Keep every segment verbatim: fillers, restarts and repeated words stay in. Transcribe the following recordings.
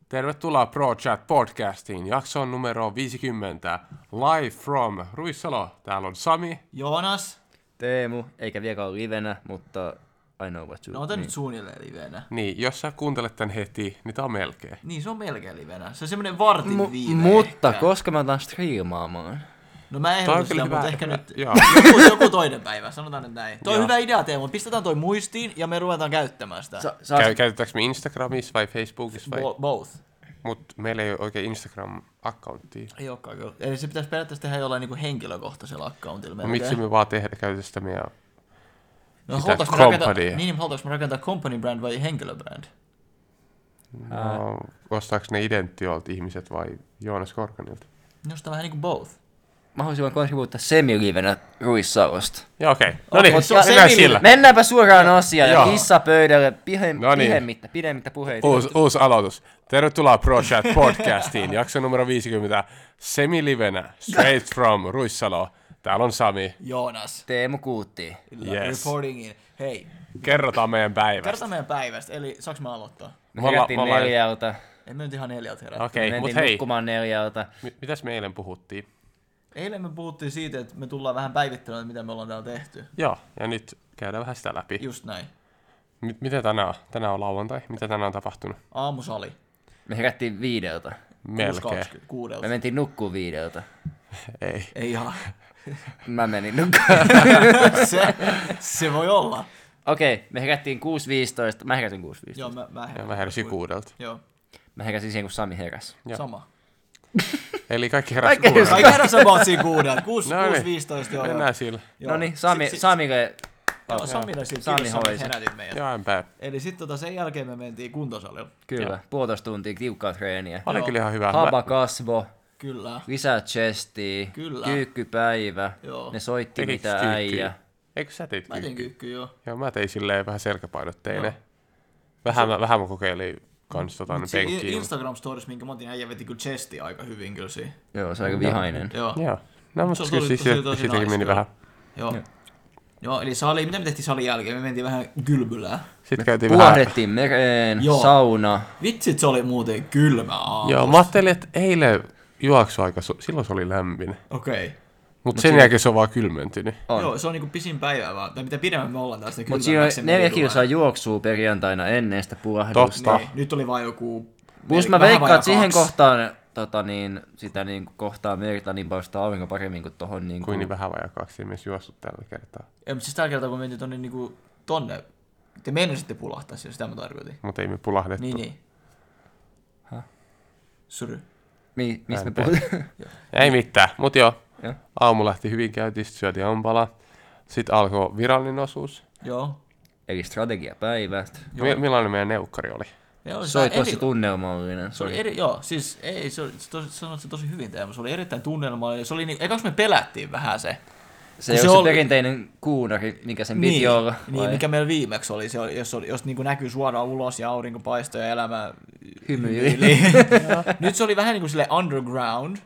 Tervetuloa ProChat podcastiin, jakson numero viisikymmentä, live from Ruissalo. Täällä on Sami. Joonas. Teemu, eikä vielä ole livenä, mutta I know what you No ota niin. nyt suunnilleen livenä. Niin, jos sä kuuntelet tän heti, niin tää on melkein. Niin, se on melkein livenä. Se on semmonen vartin M- viive Mutta ehkä. koska mä otan striimaamaan? No mä Tää on ehdotin kyllä sitä, hyvä. mutta ehkä hyvä. nyt Joo. joku, joku toinen päivä, sanotaan nyt näin. Toi on Joo. hyvä idea, Teemu. Pistetään toi muistiin ja me ruvetaan käyttämään sitä. Sa- sa- Käy, käytetäänkö me Instagramissa vai Facebookissa vai? Bo- both. Mut meillä ei ole oikein Instagram-accountia. Ei olekaan kyllä. Eli se pitäisi periaatteessa tehdä jollain niinku henkilökohtaisella accountilla. No, melkein. miksi me vaan tehdä käytä sitä meidän No, sitä halutaanko me rakentaa, compania? niin, halutaanko me rakentaa company brand vai henkilöbrand? No, ostaako ne Identiolta ihmiset vai Joonas Korkanilta? Josta vähän niinku both. Mä haluaisin vaan kontribuuttaa semilivenä Ruissalosta. Joo, okei. Okay. No Okei, niin, mut se on mennään semili- sillä. Mennäänpä suoraan asiaan ja Joo. kissa pöydälle pihe, No niin. pidemmittä, pidemmittä puheita. Uusi, uusi aloitus. Tervetuloa ProChat podcastiin, jakso numero viisikymmentä, semilivenä, straight from Ruissalo. Täällä on Sami. Joonas. Teemu Kuutti. Yes. Reporting in. Hei, Kerrotaan meidän päivästä. kerrotaan meidän päivästä. Eli saaks mä aloittaa? Me Me olla- herättiin me ollaan- neljältä. Ei me nyt ihan neljältä herätty. Okei, Me okay, mut mentiin hei, nukkumaan neljältä. mi- mitäs me eilen puhuttiin? Eilen me puhuttiin siitä, että me tullaan vähän päivittämään, että mitä me ollaan täällä tehty. Joo, ja nyt käydään vähän sitä läpi. Just näin. M- mitä tänään on? Tänään on lauantai. Mitä tänään on tapahtunut? Aamusali. Me herättiin viideltä. Melkein. Kuudelta. Me mentiin nukkuun viideltä. Ei. Ei ihan. Mä menin nukkuun. se, se voi olla. Okei, me herättiin kuusi viisitoista. Mä heräsin kuusi Joo, viisitoista. mä, mä, Ja mä heräsin kuudelta. Joo, Mä heräsin siihen, kun Sami heräsi. Joo. sama. Eli kaikki heräs Kaikki kuudelta. Kaikki heräs about siinä kuudelta. kuusi, No niin. kuusi viisitoista. Joo, Mennään sillä. joo. No niin, Sami, Sit- sit- Samille... Joo, Samille siitä Sami kirjassa hoisi. herätit meidät. Joo, enpä. Eli sitten tota, sen jälkeen me mentiin kuntosalille. Kyllä, Joo. puolitoista tuntia tiukkaa treeniä. Oli Joo. kyllä ihan hyvä. Haba Mä, kasvo, Kyllä. lisää chestia, Kyllä. kyykkypäivä, Joo. ne soitti Tekikö mitä kyykkyä? äijä. eikö sä teit Mä tein kyykkyä? kyykkyä, joo. Joo, mä tein silleen vähän selkäpainotteinen. Joo. Vähän, mä, vähän mä kokeilin kans tota Mut se penkkiin. Instagram stories, minkä mä otin, äijä veti kyllä chestia aika hyvin kyllä siinä. Joo, se on aika vihainen. Joo. Joo. No, mutta Se kyllä oli siis tosi- tosi siitäkin nice meni kyllä. vähän. Joo. Joo. Joo, eli sali, mitä me tehtiin salin jälkeen? Me mentiin vähän kylpylään. Sitten käytiin vähän... Puahdettiin mereen, Joo. sauna. Vitsit, se oli muuten kylmä aamu. Joo, mä ajattelin, että eilen juoksuaika, so- silloin se oli lämmin. Okei. Okay. Mutta sen jälkeen se on vaan kylmentynyt. On. Joo, se on niinku pisin päivä vaan. Tai mitä pidemmän me ollaan taas, niin Mut siinä oli neljä kilsaa juoksua perjantaina ennen sitä puahdusta. Totta. Niin, nyt oli vaan joku... Plus mä vähän veikkaan, vajaa että siihen kaksi. kohtaan tota niin, sitä niin kohtaa merta niin paljon sitä aurinko paremmin kuin tohon niin Kuin kuin... niin vähän vajaa kaksi, ei myös juossut tällä kertaa. Ei, mutta siis tällä kertaa kun mentiin tonne niinku tonne... Te meinasitte pulahtaa siellä, sitä mä tarkoitin. Mutta ei me pulahdettu. Niin, niin. Häh? Sorry. Mi- mistä me Näin puhutaan? Ei mitään, mut joo. Joo. Aamu lähti hyvin käyntiin, sit syötiin aamupala. Sitten alkoi virallinen osuus. Joo. Eli strategiapäivästä. Mi- millainen meidän neukkari oli? Ja oli Se oli vähän tosi eri- tunnelmallinen. Se oli eri, joo, siis ei, se oli, se tosi, sanoit se tosi hyvin Teemu, se oli erittäin tunnelmallinen, se oli niin, ekaks me pelättiin vähän se. Se Kun ei se ole se oli- perinteinen kuunari, mikä sen piti niin, olla. niin, vai? mikä meillä viimeksi oli, se oli jos, oli, jos niin kuin näkyy suoraan ulos ja aurinko paistoi ja elämä Hymyili. hymyili. Nyt se oli vähän niin kuin sille underground,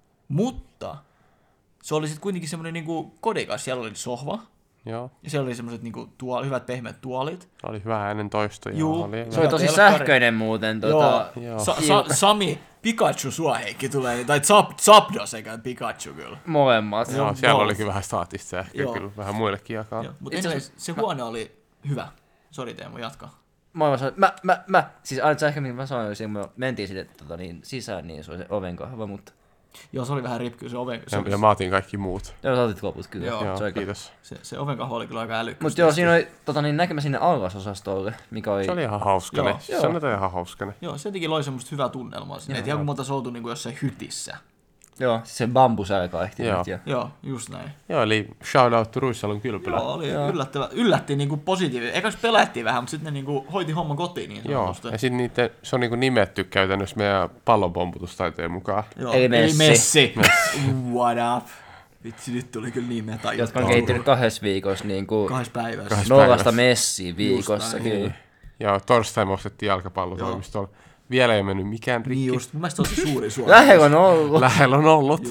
mutta se oli sitten kuitenkin semmoinen niin kuin kodikas, siellä oli sohva Joo, ja siellä oli semmoiset niin kuin tuol, hyvät pehmeät tuolit. oli hyvä äänen toisto. Juu. Oli Se oli tosi telkkari. sähköinen muuten. Tota, Joo. Sa, sa, Sami, Pikachu sua Heikki tulee, tai Zap, Zapdos eikä Pikachu kyllä. molemmat. Joo, Joo, siellä both. olikin vähän staatista sähköä, Joo. kyllä vähän muillekin jakaa. Mutta Itse anyways, se huone oli hyvä. Sori Teemu, jatka. Mä, sanoin, mä, mä, mä, siis aina sähkö, mitä mä sanoin, kun me mentiin sinne tota, niin, sisään, niin se oli se oven kahva, mutta... Joo, se oli vähän ripky, se oven, se, Ja, ja mä otin kaikki muut. Joo, sä otit loput kyllä. Joo, Joo, se oli kiitos. se, se oven kahva oli kyllä aika älykkäs. Mutta joo, siinä oli tota, niin, näkymä sinne allasosastolle, mikä oli... Se oli ihan hauskane. Joo. Joo. Sanotaan ihan hauskane. Joo, se jotenkin loi semmoista hyvää tunnelmaa sinne. Et ihan kun me oltais oltu niinku jossain hytissä. Joo, siis se bambusälkä ehti Joo. nyt ja... Joo, just näin. Joo, eli shout out to Ruissalon kylpylä. Joo, oli Joo. yllättävä. Yllättiin niinku positiivisesti. Eikä pelättiin vähän, mutta sitten ne niinku hoiti homman kotiin niin Joo, sanotusti. ja sitten niitä, se on niinku nimetty käytännössä meidän pallonpomputustaitojen mukaan. Joo. Eli Messi. Messi. What up? Vitsi, nyt tuli kyllä niin meta Jotka on kehittynyt kahdessa viikossa niin kuin Kahdessa päivässä. Kahdessa nollasta päivässä. Messiin viikossa. näin. Kyllä. Ja torstaina ostettiin jalkapallotoimistolla. Vielä ei ole mennyt mikään rikki. Niin just, mun mielestä se on se suuri suori. Lähellä on ollut. Lähellä on ollut. Joo.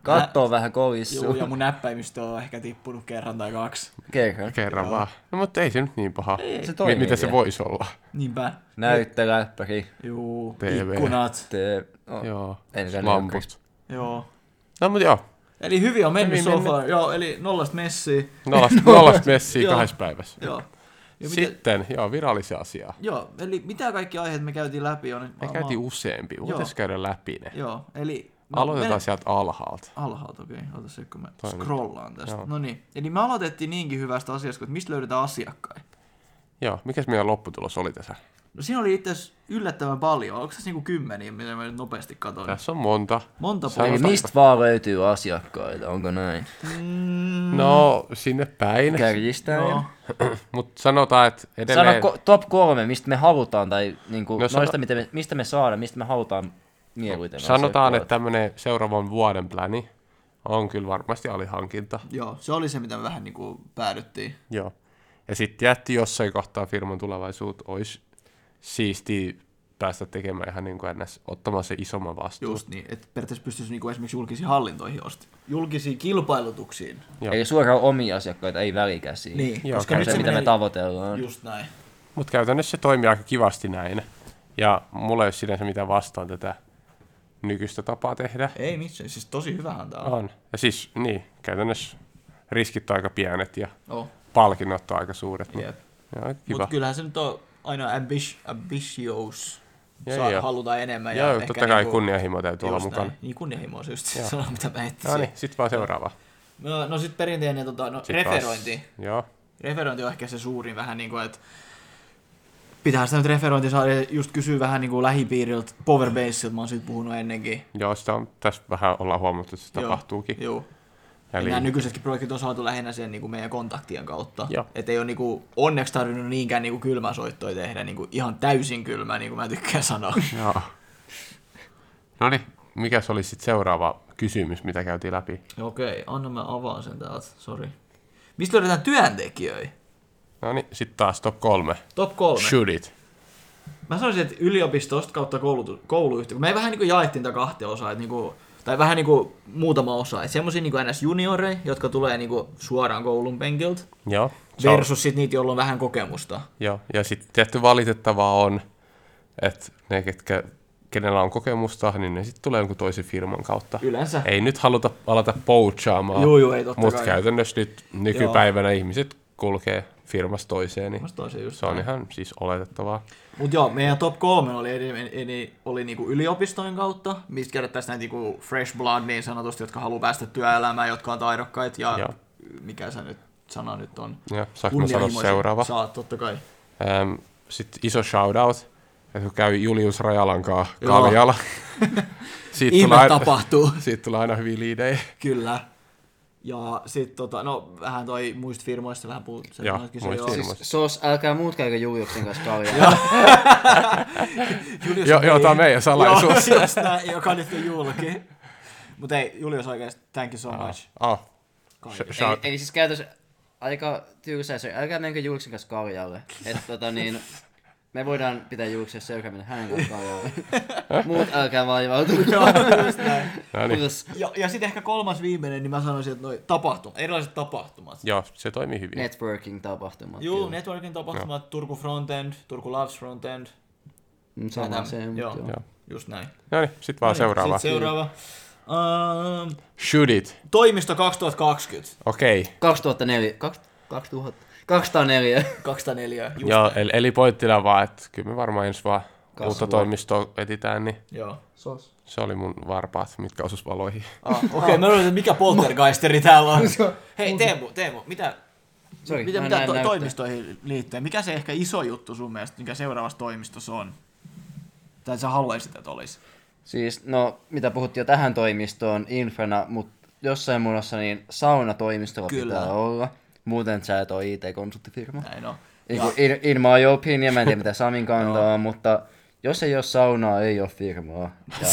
Kattoo vähän kovissuu. Joo, ja mun näppäimistö on ehkä tippunut kerran tai kaksi. Kerran. Kerran vaan. No mutta ei se nyt niin paha. Se Mi- toimii mitä se vielä. voisi olla? Niinpä. Näyttöläppäri. Juu, T V. ikkunat. Te... Oh. Joo. En Lamput. Joo. No mutta joo. Eli hyvin on mennyt Hyvin so mennyt. far. Joo, eli nollasta messiä. Nollasta, nollasta messiä Joo. kahdessa päivässä. Joo. Ja mitä, Sitten, joo, virallisia asiaa. joo, eli mitä kaikki aiheet me käytiin läpi on? Me käytiin useampi. Voitaisiin käydä läpi ne. Joo, eli... no, Aloitetaan me- sieltä alhaalta. Alhaalta, okei. Okay. Ota se, kun mä Toi nyt. scrollaan tästä. Joo. No niin. Eli me aloitettiin niinkin hyvästä asiasta, kuin, että mistä löydetään asiakkaita. Joo, mikäs meidän lopputulos oli tässä? No siinä oli itse asiassa yllättävän paljon. Onko tässä niinku kymmeniä, mitä mä nyt nopeasti katsoin? Tässä on monta. Monta Sä- Eli puolta. mistä vaan löytyy asiakkaita, onko näin? Mm, No, sinne päin. Kärjistäen. joo. Mutta sanotaan, että edelleen... Sano ko- top kolme, mistä me halutaan, tai niinku, No no, sano- noista, mitä me, mistä me saadaan, mistä me halutaan mieluiten. Sanotaan, että asiakkaat. tämmöinen seuraavan vuoden pläni on kyllä varmasti alihankinta. Joo, se oli se, mitä me vähän niinku päädyttiin. Joo. Ja sitten jätti jossain kohtaa firman tulevaisuut olisi siistiä päästä tekemään ihan niin kuin ns. Ottamaan se isomman vastuun. Just niin, että periaatteessa pystyisi niinku esimerkiksi julkisiin hallintoihin osti. Julkisiin kilpailutuksiin. Joo. Eli suoraan omia asiakkaita, ei välikäsiä. Niin, Joo, koska käy nyt Se, se mitä me menee... tavoitellaan. Just näin. Mutta käytännössä se toimii aika kivasti näin. Ja mulla ei ole sinänsä mitään vastaan tätä nykyistä tapaa tehdä. Ei missään, siis tosi hyvähän tää on. On. Ja siis niin, käytännössä riskit on aika pienet ja Oh, palkinnot on aika suuret. Niin. jep. Joo, aika kiva. Mutta kyllähän se nyt on aina ambis, ambitious. Joo, Saa, joo. halutaan enemmän. Joo, ja totta ehkä kai niinku, kunnianhimo täytyy olla just mukana. näin. Niin kunnianhimo on just se Joo. sana, mitä mä etsin. No niin, sit vaan seuraava. No, no sitten perinteinen tota, no, Sit referointi. taas- Joo. Referointi on ehkä se suurin vähän niin kuin, että pitää sitä nyt referointi saada just kysyä vähän niin kuin lähipiiriltä, Powerbaseilta, mä oon siitä puhunut ennenkin. Joo, sitä on, tässä vähän ollaan huomattu, että se Joo, tapahtuukin. Joo. Eli, Ja nämä nykyisetkin projektit on saatu lähinnä sen niin kuin meidän kontaktien kautta. Joo. Että ei ole niin kuin, onneksi tarvinnut niinkään niin kuin kylmäsoittoja tehdä, niin kuin ihan täysin kylmää, niin kuin mä tykkään sanoa. joo. No niin, mikäs oli sitten seuraava kysymys, mitä käytiin läpi? Okei, anna mä avaan sen täältä, sori. Mistä löydetään työntekijöitä? No niin, sitten taas top kolme. Top kolme. Shoot it. Mä sanoisin, että yliopistosta kautta koulutu- kouluyhteistyö. Me vähän niin kuin jaettiin tätä kahteen osaan, että niin kuin, tai vähän niin kuin muutama osa. Että semmosia niin kuin ns. Junioreja, jotka tulee niin kuin suoraan koulun penkiltä, Joo. Se on- versus sit niitä, joilla on vähän kokemusta. Joo, ja sitten tietty valitettavaa on, että ne, ketkä, kenellä on kokemusta, niin ne sitten tulee jonkun toisen firman kautta. Yleensä. Ei nyt haluta alata poachaamaan, Juu, juu, ei totta mutta kai. käytännössä nyt nykypäivänä ihmiset kulkee firmasta toiseen, niin Vasta toisen just se on näin. ihan siis oletettavaa. Mut joo, meidän top kolme oli, eli, eli, oli niinku yliopistojen kautta, mistä kerättäisiin näitä niinku fresh blood niin sanotusti, jotka haluaa päästä työelämään, jotka on taidokkaita ja Joo. mikä se nyt sana nyt on. Ja saanko mä sanoa Kunnianhimoisia. seuraava? Saat, totta kai. Ähm, sitten iso shoutout, että kun käy Julius Rajalankaa Joo. Kaljalla. siitä, Ihme tulee aina, tapahtuu. siitä tulee aina hyviä liidejä. Kyllä. Ja sit tota, no vähän toi muista firmoista vähän puhut. sä Joo, sanoitkin se, muista joo. firmoista. Sos, älkää muut käykö Juliuksen kanssa kaljaa. Julius Joo, on joo, meidän- tää on meidän salaisuus. Joo, just näin, joka nyt on julki. Mut ei, Julius oikeesti, thank you so much. Ah, Kaikille. sh- shout, eli, eli siis käytössä aika tylsää se, älkää menkö Juliuksen kanssa kaljalle. Että tota niin, me voidaan pitää Juliuksen seuraaminen hänen kanssa kaljalle. Muut älkää vaivautumaan. Joo, just näin. no niin. Plus Ja, ja sitten ehkä kolmas viimeinen, niin mä sanoisin, että noi tapahtumat, erilaiset tapahtumat. Joo, se toimii hyvin. networking-tapahtumat. Juu, kyllä. networking tapahtumat, Turku Frontend, Turku Loves Frontend. Mm, Sama Näitä- se, mutta joo. joo. Joo. Just näin. No niin, sit vaan seuraava. Sitten seuraava. Um, Shoot it. toimisto kaksituhattakaksikymmentä. Okei. Okay. kaksituhattaneljä. Kaks- kaksituhatta. kaksisataaneljä. kaksisataaneljä. Just Joo, näin. eli, eli pointtina vaan, että kyllä me varmaan ensi vaan Kasvua. uutta toimistoa etitään, niin Joo. Sos. se oli mun varpaat, mitkä osus valoihin. Ah, Okei, okay, mä luulen, että mikä poltergeisteri täällä on. Hei Teemu, Teemu, mitä, Sori, mitä, mä mitä näen to, näyttää. toimistoihin liittyen? Mikä se ehkä iso juttu sun mielestä, mikä seuraavassa toimistossa on? Tai sä haluaisit, että olisi? Siis, no, mitä puhuttiin jo tähän toimistoon infrana, mutta jossain muodossa niin saunatoimistolla Kyllä. pitää olla. Muuten sä et ole I T-konsulttifirma. Näin on. In, Ja, in, in my opinion, mä en tiedä mitä Samin kantaa on, mutta jos ei ole saunaa, ei ole firmaa. Ja...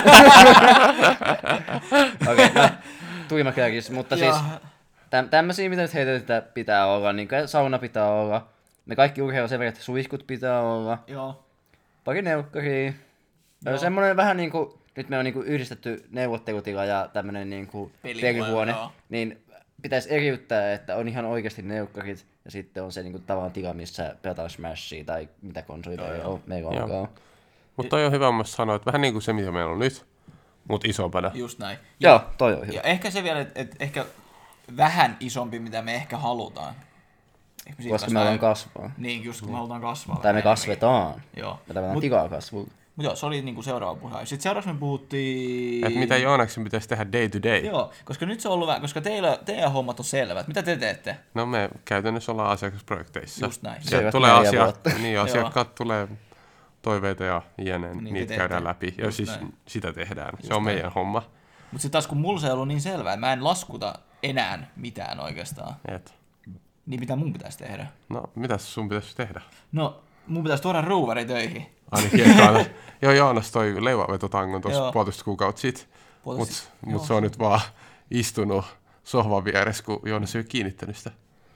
Okei, okay, no, tuima kärkis, mutta siis täm, tämmöisiä, mitä nyt heitetään, pitää olla, niin kuin sauna pitää olla. Me kaikki urheilu sen verran, että suihkut pitää olla. joo. Pari neukkaria. Joo. Semmoinen vähän niin kuin, nyt me on niinku yhdistetty neuvottelutila ja tämmönen niinku Pelihuone, pelihuone, joo. niin pitäisi eriyttää, että on ihan oikeasti neukkarit ja sitten on se niinku tavallaan tila, missä pelataan Smashia tai mitä konsolita Joo, meillä Joo. onkaan. Mutta toi on hyvä mun sanoa, että vähän niin kuin se, mitä meillä on nyt, mutta isompana. Just näin. Joo, toi on hyvä. Ja ehkä se vielä, että et ehkä vähän isompi, mitä me ehkä halutaan. Ehkä siitä Koska päästään- me halutaan kasvaa. Niin, just kun me halutaan kasvaa. Tai me vähän kasvetaan. Joo. Me tarvitaan Mut- tilaa kasvuun. Mut joo, se oli niinku seuraava puhe. Sitten seuraavaksi me puhuttiin... Että mitä Joonaksen pitäisi tehdä day to day. Joo, koska nyt se on ollut vähän, koska teillä, teidän hommat on selvät. Mitä te teette? No me käytännössä ollaan asiakasprojekteissa. Just näin. Sieltä Selvät tulee neljä asia... vuotta. niin, asiakkaat tulee toiveita ja jne. Niin, te niitä teette. käydään läpi. Ja Just siis näin. sitä tehdään. Just se on näin. meidän homma. Mutta sitten taas kun mulla se ei ollut niin selvää, että mä en laskuta enää mitään oikeastaan. Et. Niin mitä mun pitäisi tehdä? No, mitäs sun pitäisi tehdä? No, mun pitäisi tuoda ruuvari töihin. Ainakin ekana. Joo, Joonas toi leivavetotangon tuossa Joo. puolitoista kuukautta sitten. Puolitoista- Mutta joo. mut se on nyt vaan istunut sohvan vieressä, kun Joonas ei ole kiinnittänyt sitä.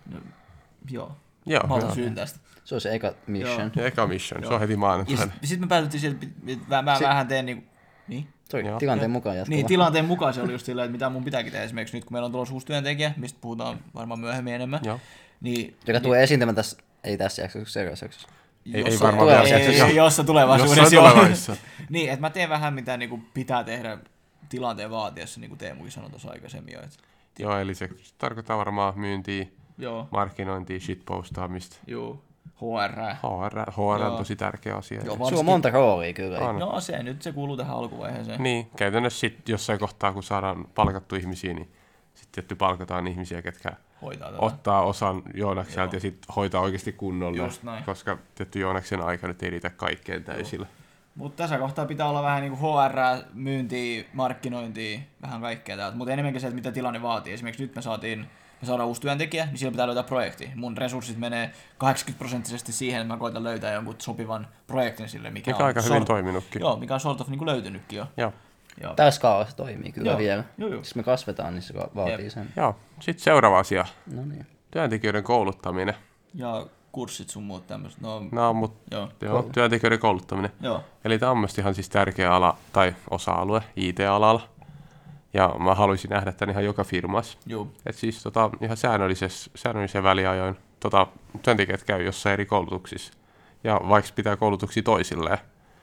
Joo. Joo, Mä otan joo. syyn tästä. Se on se eka mission. Ja eka mission, se Joo. on heti Ja maanantaina. sitten sit me päädyttiin siihen, että mä, mä Se- vähän teen niinku... Niin? Se oli Joo. tilanteen mukaan jatkuva. Niin, tilanteen mukaan se oli just silleen, että mitä mun pitääkin tehdä. Esimerkiksi nyt, kun meillä on tulossa uusi työntekijä, mistä puhutaan varmaan myöhemmin enemmän. Joo. Niin, Joka tulee esiintymään tässä, ei tässä jaksossa, seuraavassa jaksossa. Ei- ei jossa- varmaan vielä ei, jaksossa. ei, jossa tulevaisuudessa. Jossain joo. tulevaisuudessa. Niin, että mä teen vähän mitä niinku pitää tehdä tilanteen vaatiessa, niin kuin Teemukin sanoi tuossa aikaisemmin jo. Et, Joo, eli se tarkoittaa varmaan myyntiä, joo, markkinointia, shitpostaamista. joo, H R. H R, H R on Joo. tosi tärkeä asia. Joo, Sulla on varsinkin- monta roolia kyllä. On. No se nyt, se kuuluu tähän alkuvaiheeseen. Niin, käytännössä sit jossain kohtaa, kun saadaan palkattu ihmisiä, niin sitten tietty palkataan ihmisiä, ketkä Hoitaa tätä. ottaa osan Joonakselta Joo. ja sitten hoitaa oikeasti kunnolla. Just näin. Koska tietty Joonaksen aika nyt ei riitä kaikkeen täysillä. Mutta tässä kohtaa pitää olla vähän niin kuin H R, myyntiä, markkinointia, vähän kaikkea täältä. Mutta enemmänkin se, että mitä tilanne vaatii. Esimerkiksi nyt me saatiin, me saadaan uusi työntekijä, niin siellä pitää löytää projekti. Mun resurssit menee kahdeksankymmentä prosenttisesti siihen, että mä koitan löytää jonkun sopivan projektin sille, mikä, Mikä on on aika hyvin sort, toiminutkin. Joo, mikä on sort of niin kuin löytynytkin jo. Joo. Joo. Tässä skaalassa toimii kyllä Joo. vielä. Joo, joo. Jos me kasvetaan, niin se vaatii Jep. sen. Joo. Sitten seuraava asia. No niin. Työntekijöiden kouluttaminen. Ja kurssit sun muut tämmöiset. No, No, mut, joo. joo, työntekijöiden kouluttaminen. Joo. Eli tämä on myös ihan siis tärkeä ala tai osa-alue I T-alalla. Ja mä haluaisin nähdä tämän ihan joka firmassa. Joo. Et siis tota, ihan säännöllisen väliajoin tota, työntekijät käy jossain eri koulutuksissa. Ja vaikka pitää koulutuksia toisilleen.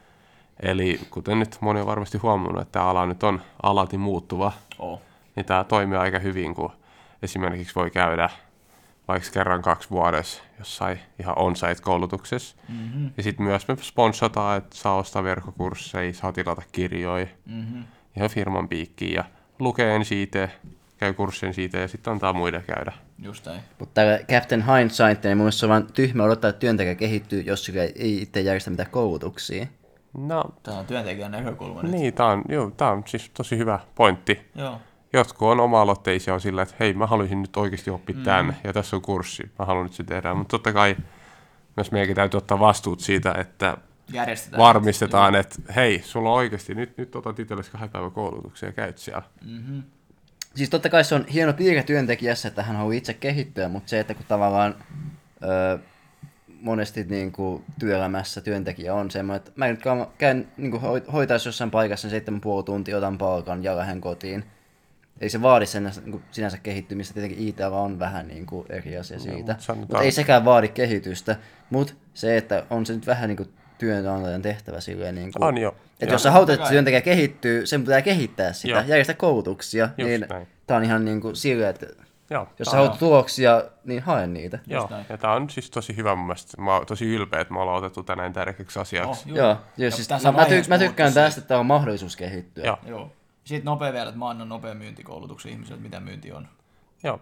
Eli kuten nyt moni on varmasti huomannut, että tämä ala nyt on alati muuttuva, Oh. niin tämä toimii aika hyvin, kun esimerkiksi voi käydä vaikka kerran kaksi vuodessa jossain ihan on-site-koulutuksessa. Mm-hmm. Ja sitten myös me sponsataan, että saa ostaa verkkokursseja, saa tilata kirjoja Mm-hmm. ihan firman piikkiin ja lukee ensin itse, käy kurssin siitä ja sitten antaa muiden käydä. Just näin. Mutta täällä Captain Hindsight, niin mun mielestä se on vaan tyhmä odottaa, että työntekijä kehittyy, jos sillä ei itse järjestä mitään koulutuksia. No Tämä on työntekijän näkökulma nyt. niin, tämä on, joo, tää on siis tosi hyvä pointti. Joo. Jotkut on oma-aloitteisia on sillä, että hei, mä haluaisin nyt oikeasti oppia mm. tänne ja tässä on kurssi, mä haluan nyt se tehdä. Mutta totta kai myös meidänkin täytyy ottaa vastuut siitä, että Järjestetään. varmistetaan, että hei, sulla on oikeasti, nyt, nyt otat itsellesi kahden päivän koulutuksia ja käyt siellä. Mm-hmm. Siis totta kai se on hieno piirre työntekijässä, että hän haluaa itse kehittyä, mutta se, että kun tavallaan öö, monesti niin kuin työelämässä työntekijä on semmoinen, että mä nyt käyn, käyn niin kuin hoitaisi jossain paikassa niin seitsemän puoli tuntia, otan palkan ja lähden kotiin. Ei se vaadi sen, niin kuin sinänsä kehittymistä, tietenkin I T-ala on vähän niin kuin eri asia siitä, mut sanotaan- mutta ei sekään vaadi kehitystä, mutta se, että on se nyt vähän niin kuin työnantajan tehtävä silleen, niin kuin, On jo. että Joo. jos sä haluat, että työntekijä kehittyy, sen pitää kehittää sitä, Joo. järjestää koulutuksia, Just niin näin. tää on ihan niin kuin silleen, että Joo, jos tää sä on- haluat tuloksia, niin hae niitä. Joo, näin. ja tämä on siis tosi hyvä mun mielestä. Mä oon tosi ylpeä, että me ollaan otettu tänään näin tärkeäksi asiaksi. Oh, Joo, Ja ja siis tässä mä, mä, ty- vaiheessa mä tykkään puhuttu tästä, että on mahdollisuus kehittyä. Joo, Joo. Sitten nopea vielä, että mä annan nopea myyntikoulutuksen ihmisille, että mitä myynti on. joo.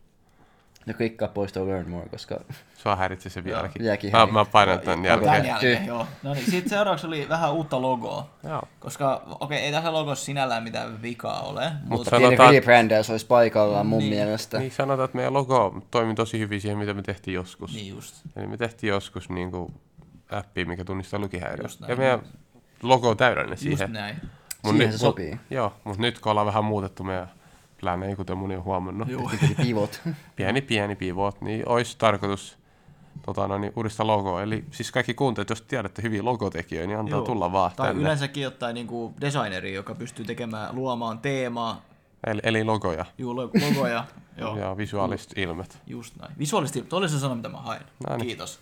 Ja klikkaa pois tuo Learn More, koska Sua häiritsee se vieläkin. vieläkin Mä, häiritsee. mä painan tän Okei. jälkeen. Tämän jälkeen, Tyh. joo. No niin, sitten seuraavaksi oli vähän uutta logoa. Joo. Koska, okei, okay, ei tässä logossa sinällään mitään vikaa ole, mutta Sanotaan- pieni rebrändäys olisi paikallaan mun Niin. mielestä. Niin sanotaan, että meidän logo toimi tosi hyvin siihen, mitä me tehtiin joskus. niin just. Eli me tehtiin joskus niin kuin appi, mikä tunnistaa lukihäiriötä. Just näin. Ja meidän logo on täydellinen Just siihen. näin. Mut Siihen nyt- se sopii. Mut, joo, mutta nyt kun ollaan vähän muutettu meidän pläänejä, kuten moni on huomannut, Joo. Pivot. pieni pieni pivot, niin olisi tarkoitus tota, no, niin, uudista logoa. Eli siis kaikki kuuntelijat, jos tiedätte hyviä logotekijöitä, niin antaa Joo. tulla vaan Tai tänne. yleensäkin jotain niinku designeri, joka pystyy tekemään, luomaan teemaa, Eli, eli logoja juu, logoja. Joo. ja visuaaliset ilmet. Just näin. Visuaalisesti, toi oli se sana, mitä mä hain. No niin. Kiitos.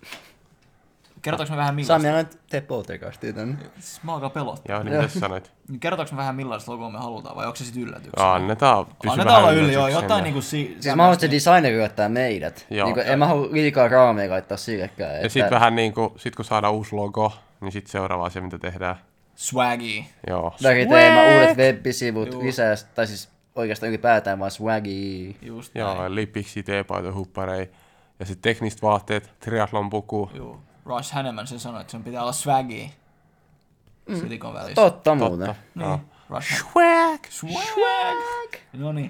Kerrotaanko me vähän Sami, millaista? anna tee poltercastia tänne. Siis mä alkaa pelottaa. Joo, niin mitä sä sanoit? Kerrotaanko me vähän millaista logoa me halutaan, vai onko se sitten yllätyksenä? Annetaan, pysy Annetaan olla vähän yli, joo. yllätyksenä. Jotain niinku... Si- Siis mä haluan, että se designeri yrittää meidät. Joo. Niin en mä halua liikaa raameja laittaa sillekään. Ja Että... sit vähän niinku, sit kun saadaan uusi logo, niin sit seuraava asia, mitä tehdään. Swaggy. Joo. Väriteema, uudet web-sivut, Juu. lisää, tai siis oikeastaan ylipäätään vaan swaggy. Just Joo, näin. lipiksi, teepaita, hupparei. Ja sit tekniset vaatteet, triathlon puku. Joo. Rush Hanneman se sanoi, että sen pitää olla swaggy. Mm. Silikon välissä. Totta muuten. Totta. Niin. Joo. Rush Swag! Swag! No niin.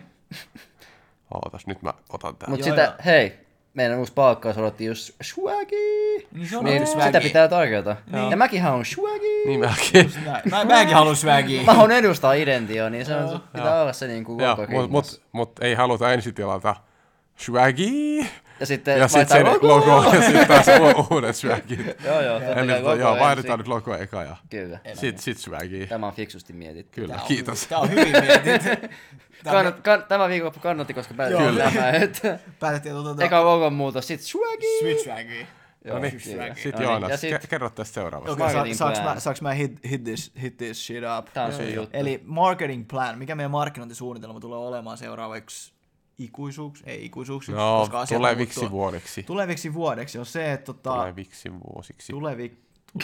Ootas, nyt mä otan tää. Mut Joo, sitä, joo. hei, meidän uusi palkkaus odotti just swaggy. Niin se on Niin, niin, sitä swaggy. pitää tarjota. Joo. Ja mäkin haluan swaggy. Niin mäkin. Näin. Mä, mäkin haluan swaggy. Mä haluan edustaa identio, niin se on, pitää olla se niinku Joo, logo mut, rinnassa. mut, mut ei haluta ensitilata swaggy. Ja sitten Ja sit vaihtaa sen logo. logo ja sit taas u- uudet swagit. Joo, joo, totta Eli kai tota, logo joo, ensin. vaihdetaan nyt logo eka ja Kyllä. sit, sit swaggy. Tämä on fiksusti mietitty. Kyllä, Tää on kiitos. hyvin- Tää on hyvin mietitty. Kann, kann, tämä viikonloppu kannatti, koska päätettiin Kyllä. tämä, että Päätettiin tuota... eka logon muutos, sit swaggy. Switch swaggy. No niin, Swaggy. sit No niin, Joonas, ja sit- ke- kerro tästä seuraavasta. Okei, okay, Marketing saaks, plan. mä, saaks mä hit, hit, this, hit this shit up? Tää on sun juttu. Eli marketing plan, mikä meidän markkinointisuunnitelma tulee olemaan seuraavaksi ikuisuuksi? Ei ikuisuuksiksi, No, koska asiat tuleviksi muuttuu. vuodeksi. Tuleviksi vuodeksi on se, että tota, Tuleviksi vuosiksi. tulevi...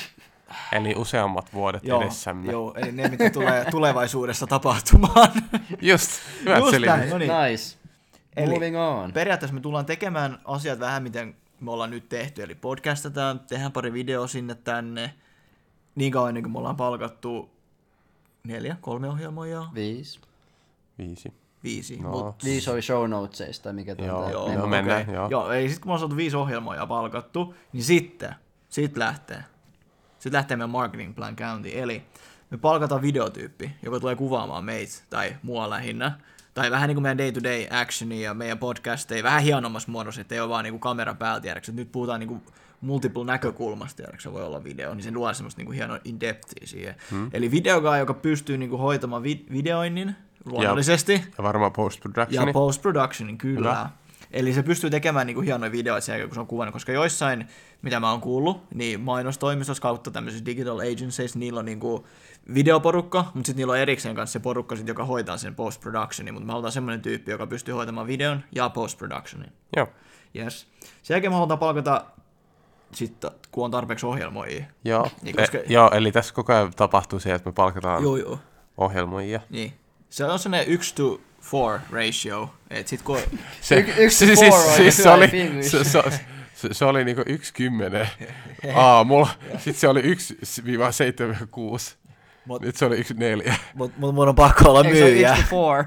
Eli useammat vuodet Joo, edessämme. joo, eli ne, mitä tulee tulevaisuudessa tapahtumaan. Just, hyvät Just selitys. näin, no niin. Nice. Eli- Moving on. Periaatteessa me tullaan tekemään asiat vähän miten me ollaan nyt tehty, eli podcastataan, tehdään pari videoa sinne tänne, niin kauan ennen kuin me ollaan palkattu neljä, kolme ohjelmoijaa, Viisi. Viisi. viisi. No. Mut, Viisi oli show notesista, mikä tuon Joo, tää- joo, meidän- no mennään, okei. joo. Joo, eli sitten kun me ollaan saatu viisi ohjelmoijaa palkattu, niin sitten, sit lähtee. Sitten lähtee meidän marketing plan käyntiin, eli me palkataan videotyyppi, joka tulee kuvaamaan meitä, tai mua lähinnä, tai vähän niin kuin meidän day-to-day actionia ja meidän podcasteja, vähän hienommassa muodossa, että ei ole vaan niin kuin kamera päällä, tiedätkö, nyt puhutaan niin kuin multiple näkökulmasta, tiedätkö, se voi olla video, niin se luo semmoista niin kuin hienoa in-depthia siihen. Hmm. Eli videokaa, joka pystyy niin kuin hoitamaan vi- videoinnin luonnollisesti, Ja varmaan ja post-productioni. post-productionin, kyllä. Hyvä. Eli se pystyy tekemään niinku hienoja videoita sen jälkeen, kun se on kuvannut, koska joissain, mitä mä oon kuullut, niin mainostoimistossa kautta tämmöisissä digital agencies, niillä on niinku videoporukka, mutta sitten niillä on erikseen kanssa se porukka, sit, joka hoitaa sen post-productionin, mutta me halutaan semmoinen tyyppi, joka pystyy hoitamaan videon ja post-productionin. Joo. Yes. Sen jälkeen me halutaan palkata, sitten, kun on tarpeeksi ohjelmoijia. Joo. Niin, koska- E, joo, eli tässä koko ajan tapahtuu se, että me palkataan Joo, joo. ohjelmoijia. Niin. Se on sellainen yksi to four ratio, että sit kun... Se, Y- yksi siis, four siis, on siis se hyvä oli, Finnish. se, se, se, se oli niinku yksi kymmenen aamulla, sitten se oli yksi viiva seitsemän kuusi, Mut- nyt se oli yksi neljä. Mut, mut mun on pakko olla Eikö se ole myyjä. yksi to four?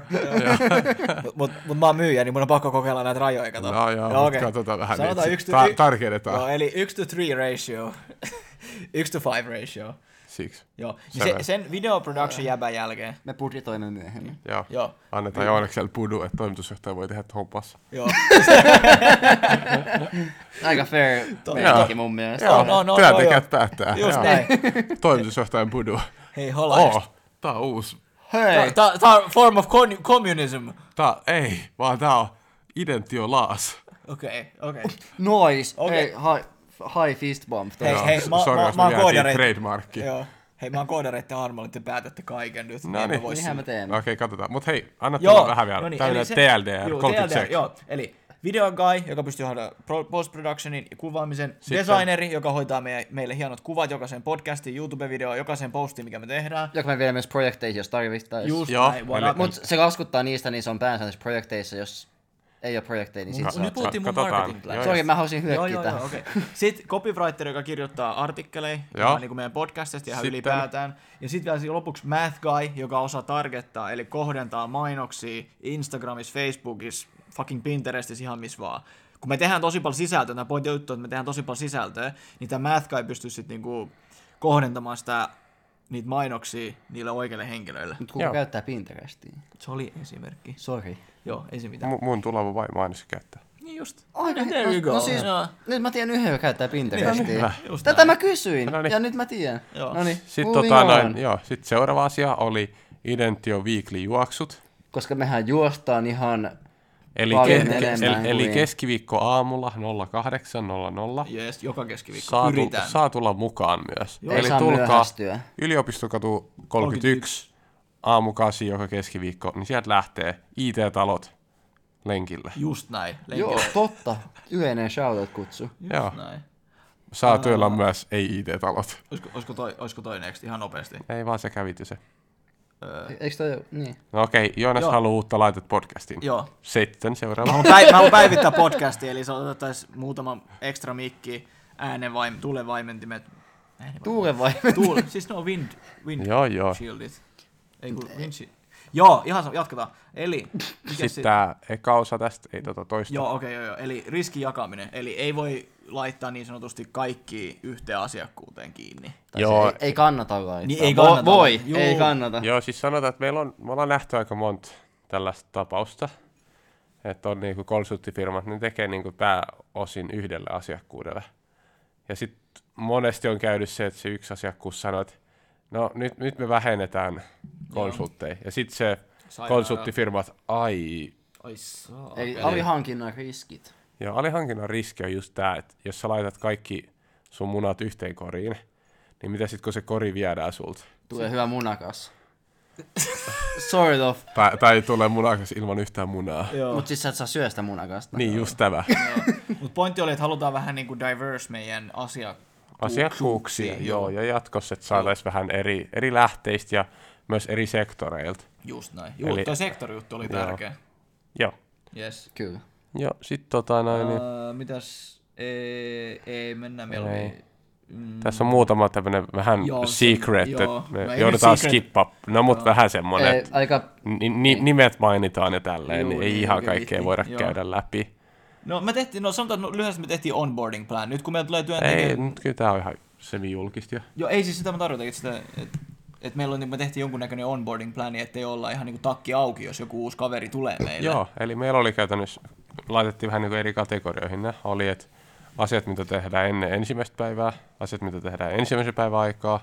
Mut, mut, mut mä oon myyjä, niin mun on pakko kokeilla näitä rajoja, kato. No joo, Joo, mutta okei. katsotaan vähän Sanotaan niitä. yksi to- Ta- y- tarkennetaan Joo, eli yksi to three ratio. yksi to five ratio. siksi. Joo. Niin Selvä. se, sen video production jäbän jälkeen. Me budjetoimme myöhemmin. Joo. Joo. Annetaan Joonekselle pudu, että toimitusjohtaja voi tehdä hommas. Joo. Aika fair Joo. meininki mun mielestä. Joo, no, no, työntekijät joo. päättää. Just Joo. näin. Toimitusjohtajan pudu. Hei, hola. Oh, tää on uusi. Hei! Tää tää on form of con- communism. Tää, ei, vaan tää on identio laas. Okei, okei. Noise! Okei. Hei, high, high fist bump. Hei, Joo, hei, s- mä- sori, mä- jos mä oon me jäätiin koodareit- trademarkki. Joo. Hei, mä oon koodareitten armoilla, te päätätte kaiken nyt. No En mä niin. voi Niinhän me sillä. teemme. Okei, katsotaan. Mut hei, anna tulla vähän vielä. no niin, Tämmönen eli se- T L D R, joo, kolmekymmentä T L D R, sek. joo, eli video guy, joka pystyy hoitamaan pro- post-productionin ja kuvaamisen, Sitten- designeri, joka hoitaa meille, meille hienot kuvat jokaisen podcastin, YouTube-videoon, jokaisen postiin, mikä me tehdään. Joka me vielä myös projekteihin, jos tarvittaisiin. Just Joo, näin, what eli- up. Mut se laskuttaa niistä, niin se on pääsääntöisesti projekteissa, jos ei ole projekteja, niin sit Ka- se Nyt on. puhuttiin mun katsotaan. marketing plan. Joo, Sori, joo. mä halusin Joo, hyökkiä joo, tähän. joo, okei. Sitten copywriter, joka kirjoittaa artikkeleja, Joo. ihan niin kuin meidän podcastista ja ihan Sitten- ylipäätään. Ja sitten vielä siinä lopuksi math guy, joka osaa targettaa, eli kohdentaa mainoksia Instagramissa, Facebookissa, fucking Pinterestissä, ihan missä vaan. Kun me tehdään tosi paljon sisältöä, tämä pointti juttu, että me tehdään tosi paljon sisältöä, niin tämä math guy pystyy sitten niinku kohdentamaan sitä, niitä mainoksia niille oikeille henkilöille. Mut kuka Joo. käyttää Pinterestia? Se oli esimerkki. Sori. Joo, ei se mitään. Mu- mun tuleva vaimo aina se käyttää. Niin just. Aika There you go. No siis, Joo. nyt mä tiedän yhden, joka käyttää Niin, Pinterestia. hyvä. Just Tätä näin. mä kysyin, No niin. ja nyt mä tiedän. Joo. No niin, Sitten moving tota, on. noin, joo, sit seuraava asia oli Identio Weekly juoksut. Koska mehän juostaan ihan Eli, paljon ke- enemmän eli, eli kuin- keskiviikko aamulla nolla kahdeksan nolla nolla. Jees, joka keskiviikko Saa, tu- pyritään. saa tulla mukaan myös. Joo. ei Eli saa tulkaa myöhästyä. Yliopistokatu kolmekymmentäyksi aamu kasi joka keskiviikko, niin sieltä lähtee I T-talot lenkille. Just näin. Joo, Lenkillä. totta. Yleinen shoutout-kutsu. Just Joo. näin. Saa työllä myös ei-I T-talot. Olisiko, olisiko, toi, olisiko toi next ihan nopeasti? Ei vaan se kävity se. Öö, Eikö toi, niin. No okei, Joonas Joo. haluaa uutta laitet podcastiin. joo. Sitten Mä seuraava. haluan, päiv- mä haluan päivittää podcastia, eli se otettaisiin muutama ekstra mikki, äänen vaim- tuulen vaimentimet. Äänen Tuulen vai? Tuule, siis no wind, wind Joo, joo. shieldit. Ei kun wind shi- Joo, ihan sa- jatketaan. Eli, mikä Sitten sit- tää eka osa tästä, ei tota toista. Joo, okei, okay, joo, joo. Eli riskin jakaminen. Eli ei voi laittaa niin sanotusti kaikki yhteen asiakkuuteen kiinni. Tai Joo. se ei, ei kannata laittaa. Niin ei Vo- kannata. Voi, Juu. ei kannata. Joo, siis sanotaan, että meillä on, me ollaan nähty aika monta tällaista tapausta, että on niinku konsulttifirmat, ne tekee niinku pääosin yhdelle asiakkuudelle. Ja sitten monesti on käynyt se, että se yksi asiakkuus sanoo, että no nyt, nyt me vähennetään konsultteja. Ja sitten se Sairaala. konsulttifirmat, ai, Ai saa. Eli alihankinnan riskit. ja alihankinnan riski on just tämä, että jos sä laitat kaikki sun munat yhteen koriin, niin mitä sitten kun se kori viedään sulta? Tulee hyvä munakas. Sort of. Tai, tai tulee munakas ilman yhtään munaa. Joo. Mut siis sä et saa syödä sitä munakasta. Niin, just tämä. Mut pointti oli, että halutaan vähän niinku diverse meidän asiakkuuksia. Asiakkuuksia, joo, ja jatkossa, että saataisiin vähän eri, eri lähteistä ja myös eri sektoreilta. Just näin. Juu, Eli- toi sektorijuttu oli Joo. tärkeä. Joo. Yes. Kyllä. Joo, sit tota noin, niin, Uh, mitäs? Ei, ei mennä meillä Ei. oli... Mm, tässä on muutama tämmönen vähän Joo, se- secret, joo. että No me ei joudutaan nyt secret. skippaa. No mut vähän semmonen, Ei, että aika... ni, ni, nimet mainitaan ja tälleen, Juu, niin ei niin, ihan oikein kaikkea vihti. voida Joo. käydä läpi. No me tehtiin, no sanotaan no, lyhyesti me tehtiin onboarding plan. Nyt kun meillä tulee Ei, työntekijä... nyt kyllä tää on ihan semi-julkista jo. Joo, ei siis sitä mä tarkoitan, että sitä... Et, et meillä on, niin me tehtiin jonkunnäköinen onboarding plani, ettei olla ihan niinku takki auki, jos joku uusi kaveri tulee meille. Joo, eli meillä oli käytännössä, laitettiin vähän niin kuin eri kategorioihin ne. Oli, että asiat, mitä tehdään ennen ensimmäistä päivää, asiat, mitä tehdään ensimmäisen päivän aikaa,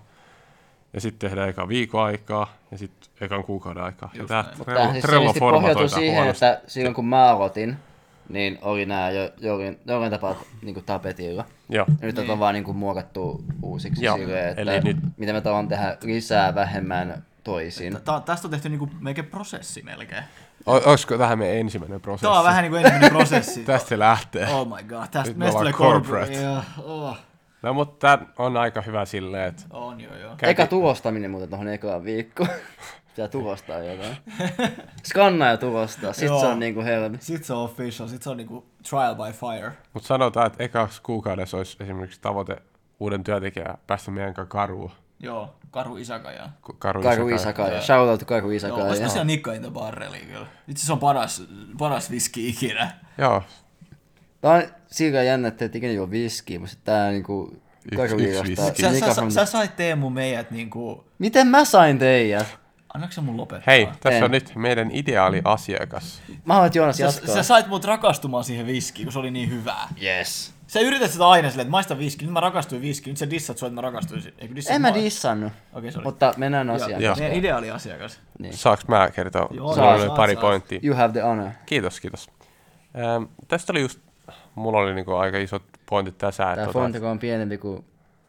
ja sitten tehdään ekan viikon aikaa, ja sitten ekan kuukauden aikaa. Ja Just tämä näin. Tämähän siis Trello selvästi pohjautuu formatoidaan siihen, huonosti. että silloin kun mä aloitin, niin oli nämä jo, jollain, jollain tapaa niin tapetilla. Joo, Ja nyt Niin. on vaan niin kuin muokattu uusiksi Joo, silleen, että eli nyt- mitä me tavallaan tehdä lisää vähemmän toisin. Tää, tästä on tehty niinku melkein prosessi melkein. o- olisiko tähän meidän ensimmäinen prosessi? Tää on vähän niinku ensimmäinen prosessi. Tästä se lähtee. Oh my god, tästä Nyt me meistä tulee ollaan corporate. corporate. Yeah, oh. No mutta tää on aika hyvä silleen, että On joo joo. Käy- Eka tulostaminen muuten tuohon ekaan viikkoon. Pitää tulostaa jotain. Skannaa ja tulostaa, sit Joo. se on niinku helmi. Sit se on official, sit se on niinku trial by fire. Mutta sanotaan, että ekaksi kuukaudessa olisi esimerkiksi tavoite uuden työntekijän päästä meidän kanssa karuun. Joo, Karu Isakaja. Ku- Karu, Karu Isaka. Isakaja. Shout out to Karu Joo, Isakaja. olisiko siellä Nikka in the Barreli kyllä? Itse se on paras, paras viski ikinä. Joo, Tää on sillä jännä, että et ikinä juo viskiä, mutta sit tää niinku Karu yksi Isasta. viski. Sä, Mika sä, from- sä, sait Teemu meidät niinku... Miten mä sain teijät? Annatko sä mun lopettaa? hei, tässä En. on nyt meidän ideaali asiakas. Mä haluan, että Joonas Sä, jatkaa. sä sait mut rakastumaan siihen viskiin, kun se oli niin hyvää. Yes. Sä yrität sitä aina silleen, että maista viski, nyt mä rakastuin viskiin, nyt sä dissat sua, että mä rakastuin. Eikö dissat En mä mua? dissannut. Okei, sori. Mutta mennään asiaan. Joo. Meidän ideaali asiakas. Niin. Saanko mä kertoa? Joo, Mulla saa, oli saat, pari saat. pointtia. You have the honor. Kiitos, kiitos. Ähm, tästä oli just, mulla oli niinku aika isot pointit tässä. Tää Että fontiko on pienempi kuin...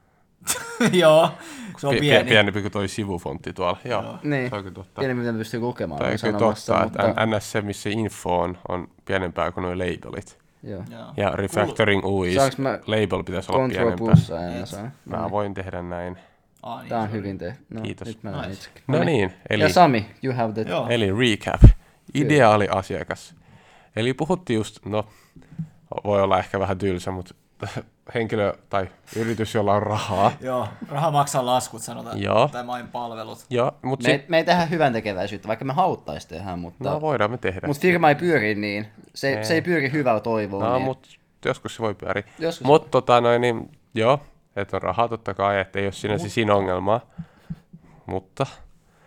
Joo, kun se on pie- pieni. pienempi kuin toi sivufontti tuolla. Joo, Joo. Niin. se on kyllä totta. Pienempi, mitä pystyy lukemaan. Toi on on kyllä sanomassa, totta, että mutta... N S se, missä info on, on pienempää kuin nuo labelit. Joo. Joo. Ja refactoring U I S, Saanko mä label pitäisi olla Control pienempää. plussa en mä saa. Mä voin tehdä näin. Ah, niin, Tää on sori. hyvin tehty. No, Kiitos. nyt mä näen Nice. itsekin. No niin, eli, Ja Sami, you have the... Joo. eli recap. Ideaali asiakas. Eli puhuttiin just, no voi olla ehkä vähän tylsä, mutta henkilö tai yritys, jolla on rahaa. Joo, raha maksaa laskut, sanotaan. Joo. Tai main palvelut. Joo, mutta Me, sit, me ei tehdä hyvän tekeväisyyttä, vaikka me hauttais tehdä, mutta... no voidaan me tehdä. Mutta firma ei pyöri niin. Se, Ei. se ei pyöri hyvällä toivoa. No, niin. mutta joskus se voi pyöriä. Joskus Mutta tota noin, niin joo, että on rahaa totta kai, että ei ole sinänsä siinä ongelmaa. Mutta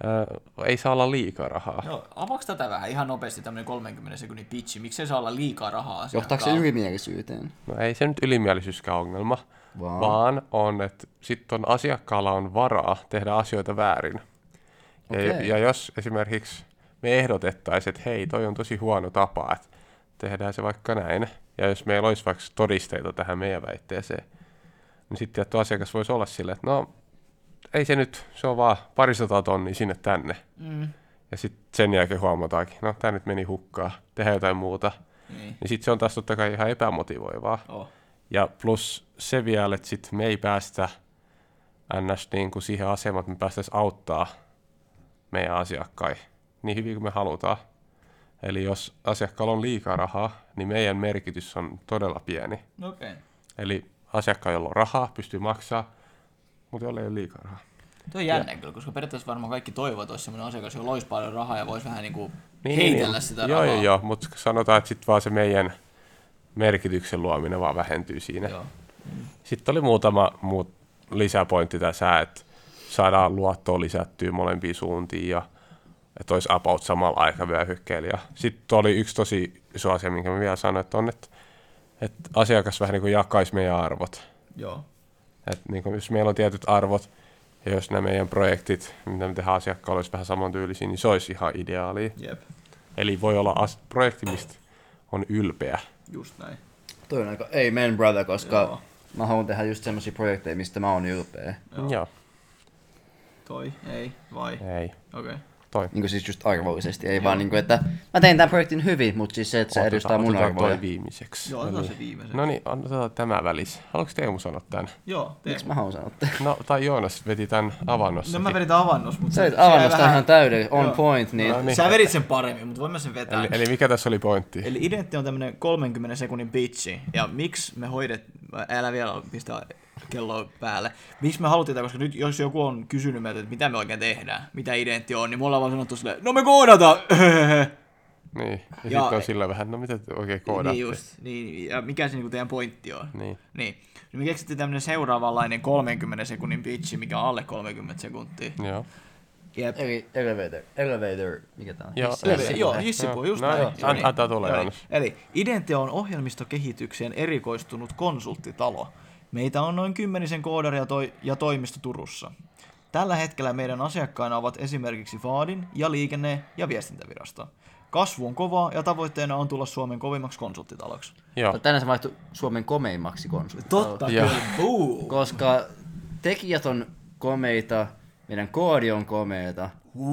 Ö, ei saa olla liikaa rahaa. Joo, avaaks tätä vähän ihan nopeasti tämmönen kolmenkymmenen sekunnin pitchi? Miksei saa olla liikaa rahaa Johtaako se ylimielisyyteen? No ei se nyt ylimielisyyskään ongelma, Vaan. vaan on, että sitten asiakkaalla on varaa tehdä asioita väärin. Ja, Okei. ja jos esimerkiksi me ehdotettaisiin, että hei, toi on tosi huono tapa, että tehdään se vaikka näin, ja jos meillä olisi vaikka todisteita tähän meidän väitteeseen, niin sitten tietty asiakas voisi olla silleen, että no, ei se nyt, se on vaan parisataa tonnia sinne tänne. Mm. Ja sitten sen jälkeen huomataankin, no tämä nyt meni hukkaan, tehdään jotain muuta. Niin. Niin sitten se on taas totta kai ihan epämotivoivaa. Oh. Ja plus se vielä, että sit me ei päästä ns. Niin kuin siihen asemaan, että me päästäisiin auttaa meidän asiakkaita niin hyvin kuin me halutaan. Eli jos asiakkaalla on liikaa rahaa, niin meidän merkitys on todella pieni. Okei. Okay. Eli asiakkaalla, jolla on rahaa, pystyy maksaa, mutta jolla ei ole liikaa rahaa. Tuo on jännä kyllä, koska periaatteessa varmaan kaikki toivoo, että olisi sellainen asiakas, jolla olisi paljon rahaa ja voisi vähän niinku Niin, heitellä niin, sitä joo, rahaa. Joo, joo, mutta sanotaan, että sitten vaan se meidän merkityksen luominen vaan vähentyy siinä. Joo. Sitten oli muutama muut lisäpointti tässä, että saadaan luottoa lisättyä molempiin suuntiin ja että olisi about samalla aikavyöhykkeellä. Sitten oli yksi tosi iso asia, minkä mä vielä sanoin, että on, että, että asiakas vähän niin kuin jakaisi meidän arvot. Joo. Että niin kuin jos meillä on tietyt arvot ja jos nämä meidän projektit, mitä me tehdään asiakkaalla, olisi vähän samantyylisiä, niin se olisi ihan ideaalia. Jep. Eli voi olla as- projekti, mistä on ylpeä. Just näin. Toi on aika amen, brother, koska Joo. mä haluan tehdä just semmosia projekteja, mistä mä oon ylpeä. Joo. Joo. Toi, ei, vai? Ei. Okei. Okay. Toi. Niinku siis just arvollisesti, ei vaan niinku, että mä tein tämän projektin hyvin, mutta siis se, että se edustaa mun otetaan arvoja. toi viimeiseksi. Joo, otetaan se viimeisen. No niin, otetaan tämä välissä. Haluatko Teemu sanoa tämän? Joo, Miksi Teemu. mä haluan sanoa tämän? No, tai Joonas veti tämän avannossa. No mä vedin tämän avannos, mutta Sä se, olit avannosta jäi ihan täydellinen, on Joo. point, niin... No niin. Sä vedit sen paremmin, mutta voin mä sen vetää. Eli, eli mikä tässä oli pointti? Eli Identti on tämmönen kolmenkymmenen sekunnin pitchi, ja miksi me hoidet, älä vielä pistä kelloa päälle, miksi me haluttiin tätä, koska nyt jos joku on kysynyt meiltä, että mitä me oikein tehdään, mitä Identti on, niin me ollaan vaan sanottu silleen, no me koodataan! Niin, ja, Ja- sitten on sillä vähän, no mitä te oikein koodaatte? Niin just, niin, ja mikä se niinku teidän pointti on? Niin. Niin. Me keksittiin tämmönen seuraavanlainen kolmenkymmenen sekunnin pitchi, mikä on alle kolmekymmentä sekuntia. Joo. Jep. Eli elevator, elevator, mikä tää on? Joo, Hissi. eli- Eli, joo, hissipuu, just No, näin. joo, Joo, an- antaa tulla, Joo, Joonas. Eli Identti on ohjelmistokehitykseen erikoistunut konsulttitalo. Meitä on noin kymmenisen koodaria toi- ja toimisto Turussa. Tällä hetkellä meidän asiakkaina ovat esimerkiksi Vaadin ja Liikenne- ja viestintävirasto. Kasvu on kovaa ja tavoitteena on tulla Suomen kovimmaksi konsulttitaloksi. Joo. Tänään se vaihtui Suomen komeimmaksi konsultti. Totta Joo. kyllä, buu! Koska tekijät on komeita, meidän koodi on komeita,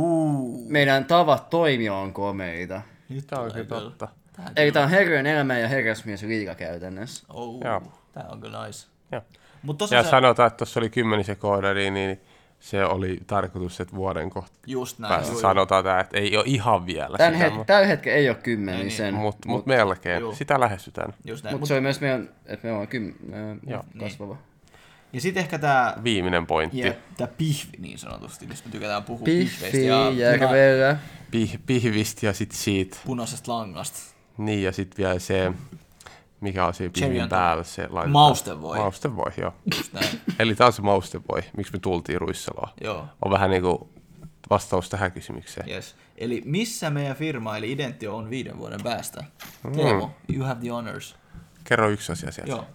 Uu. meidän tavat toimia on komeita. Nyt Tämä on tulee kyllä totta. Tää Eli tää on herrojen elämä ja herrasmies liiga käytännössä. Oh, Joo. tää on kyllä nice. Joo. Mut Ja tosiaan se, sanotaan, että tuossa oli kymmenisen koodaria, niin se oli tarkoitus, että vuoden kohta just näin. päästä juu, sanotaan tämä, että ei ole ihan vielä Tän sitä, het- tällä hetkellä ei ole kymmenisen, mutta mut melkein. Juu. Sitä lähestytään. just näin. mutta Mut, se on myös meidän, että me ollaan kym, Joo. kasvava. ja sit ehkä tää, Viimeinen pointti. yeah, tää pihvi niin sanotusti, mistä me tykätään puhua Piffi, pihveistä ja puna- järvellä. Pih, pihvistä ja sitten siitä. punaisesta langasta. Niin, ja sitten vielä se, mikä on siinä Cherry pihvin on päällä. Se laitetaan. Maustevoi. Maustevoi, joo. Just näin. Eli tämä on se maustevoi. Miksi me tultiin Ruissaloon? Joo, On vähän niin kuin vastaus tähän kysymykseen. yes. Eli missä meidän firma, eli Identio, on viiden vuoden päästä? Teemu, you have the honors. Kerro yksi asia sieltä. Joo.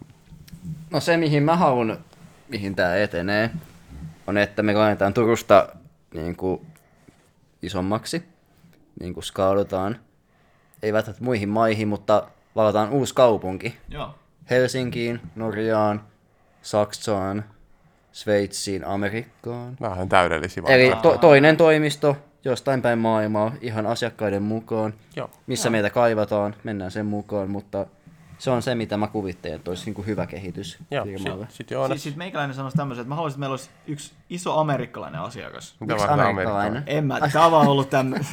No se, mihin mä haluan, mihin tää etenee, on, että me laitetaan Turusta niin kuin, isommaksi, niin kuin skaalataan. Ei välttämättä muihin maihin, mutta valataan uusi kaupunki. Joo. Helsinkiin, Norjaan, Saksaan, Sveitsiin, Amerikkaan. Nämä on täydellisiä Eli vaihtoehtoja. to- toinen toimisto jostain päin maailmaa, ihan asiakkaiden mukaan. Joo. Missä meitä kaivataan, mennään sen mukaan, mutta se on se, mitä mä kuvittelen, että olisi niin kuin hyvä kehitys Joo, firmalle. sitten sit Joonas. Siis sit meikäläinen sanoisi tämmöisen, että mä haluaisin, että meillä olisi yksi iso amerikkalainen asiakas. Mitä Miksi varten amerikkalainen? En mä, tää on vaan ollut tämmönen.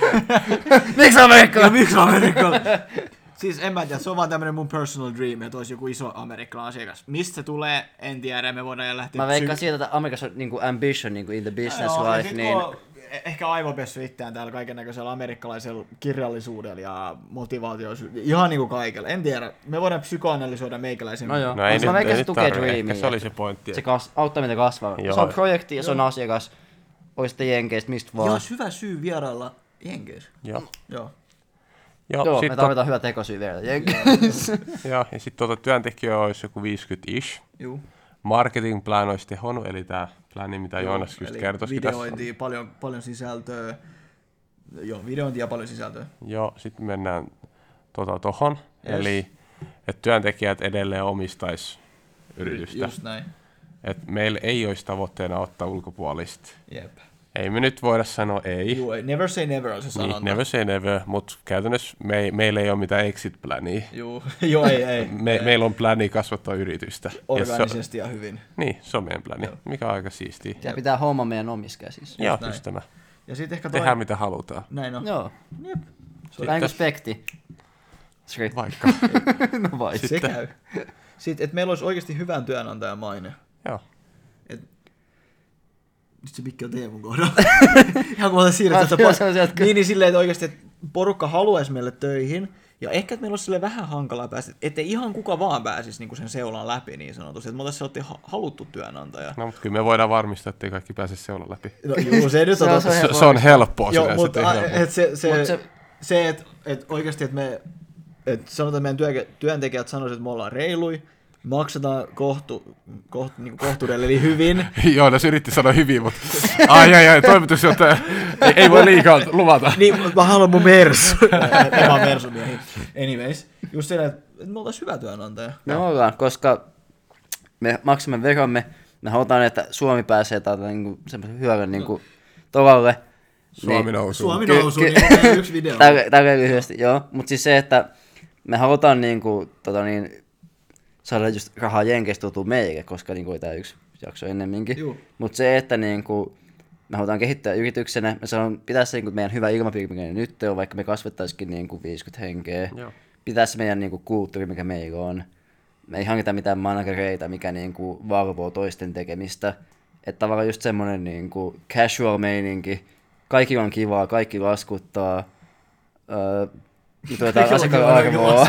Miksi Amerikka? Miksi amerikkalainen? Siis en mä tiedä, se on vaan tämmönen mun personal dream, että olisi joku iso amerikkalainen asiakas. Mistä se tulee, en tiedä, me voidaan lähteä... Mä veikkaan psy- siitä, että Amerikassa on niin kuin ambition niin kuin in the business Joo, ja life, sit niin kun on ehkä aivopessu itseään täällä kaiken näköisellä amerikkalaisella kirjallisuudella ja motivaatioisuudella, ihan niinku kaikella. En tiedä, me voidaan psykoanalysoida meikäläisen. no joo. No ei Mutta nyt, mä veikkaan, ei se nyt tukee tarvitse. dreamia. Ehkä se oli se pointti. Se kas- auttaa meitä kasvaa. Joo. Se on projekti ja se on asiakas. olisitte Jenkeistä, mistä vaan. Joo, olisi hyvä syy vierailla Jenkeissä. Joo. Joo. Joo, Joo, sit me tarvitaan hyvä tekosyy vielä Jenkeissä. Joo, ja sitten tuota työntekijöitä olisi joku viisikymmentä-ish. Juu. Marketing plan olisi tehonnut, eli tämä plani, mitä Joonas just Eli kertoisikin tässä. videointia, paljon, paljon sisältöä. Joo, videointia ja paljon sisältöä. Joo, sitten mennään tuota tohon, Yes. eli että työntekijät edelleen omistaisi yritystä. Just näin. Et meillä ei olisi tavoitteena ottaa ulkopuolista. Jep. Ei me nyt voida sanoa ei. Juu, ei. Never say never on se sanonta. Niin, never say never, mutta käytännössä me ei, meillä ei ole mitään exit-plania. Juu, joo, ei, ei. Me, ei. meillä on plani kasvattaa yritystä. Ja Organisesti ja hyvin. Se, niin, se on meidän plani, mikä on aika siistiä. Ja pitää homma meidän omissa käsissä. Joo, näin. just tämä. Ja sit ehkä toi... Tehdään mitä halutaan, Näin on. Joo. Jep. Vähän kuin spekti. Script. vaikka. No vai. Se käy. Sitten, että meillä olisi oikeasti hyvän työnantajan maine. Joo. Nyt se mikki on Teemun kohdalla. Ihan kun mä siirrän tästä Joo, pois. se on sieltä- Niin, niin silleen, että oikeasti että porukka haluaisi meille töihin. Ja ehkä, että meillä olisi silleen vähän hankalaa päästä, ettei ihan kuka vaan pääsisi niin sen seulan läpi niin sanotusti. Että me oltaisiin sellainen ha- haluttu työnantaja. No, mutta kyllä me voidaan varmistaa, että ei kaikki pääse seulan läpi. No juu, se nyt Se on on- totta. se on Se, se on helppoa. Joo, sinänsä, mutta että ei a- helppoa. et se, se, Mut se- se että et oikeasti, että me et sanotaan, että meidän työ, työntekijät sanoisivat, että me ollaan reilui, maksetaan kohtu, kohtu, niin kohtuudelle, eli hyvin. Joonas yritti sanoa hyvin, mutta ai ai ai, toimitusjohtaja, ei, ei voi liikaa luvata. Niin, mä haluan mun mersu. Mä oon mersumiehi. Anyways, just sillä, että me oltais hyvä työnantaja. Me ollaan, koska me maksamme veromme, me halutaan, että Suomi pääsee täältä niinku semmoisen hyödyn niinku tolalle. Suomi nousuu. Suomi Ky- nousuu, ky- niin kuin meidän yksi video. Tällä tällä lyhyesti, joo. Mutta siis se, että me halutaan niinku, tota niin, saada just rahaa Jenkeistä tuotua meille, koska niinku oli tää yksi jakso ennemminkin. Juu. Mutta se, että niinku, me halutaan kehittää yrityksenä, me saadaan, pitäisi niinku meidän hyvä ilmapiiri, mikä nyt on, vaikka me kasvattaisikin niinku viisikymmentä henkeä. Joo. Pitäisi meidän niinku kulttuuri, mikä meillä on. Me ei hankita mitään managereita, mikä niinku valvoo toisten tekemistä. Että tavallaan just semmonen niinku casual meininki. Kaikki on kivaa, kaikki laskuttaa. Öö, tuota asiakkaan arvoa.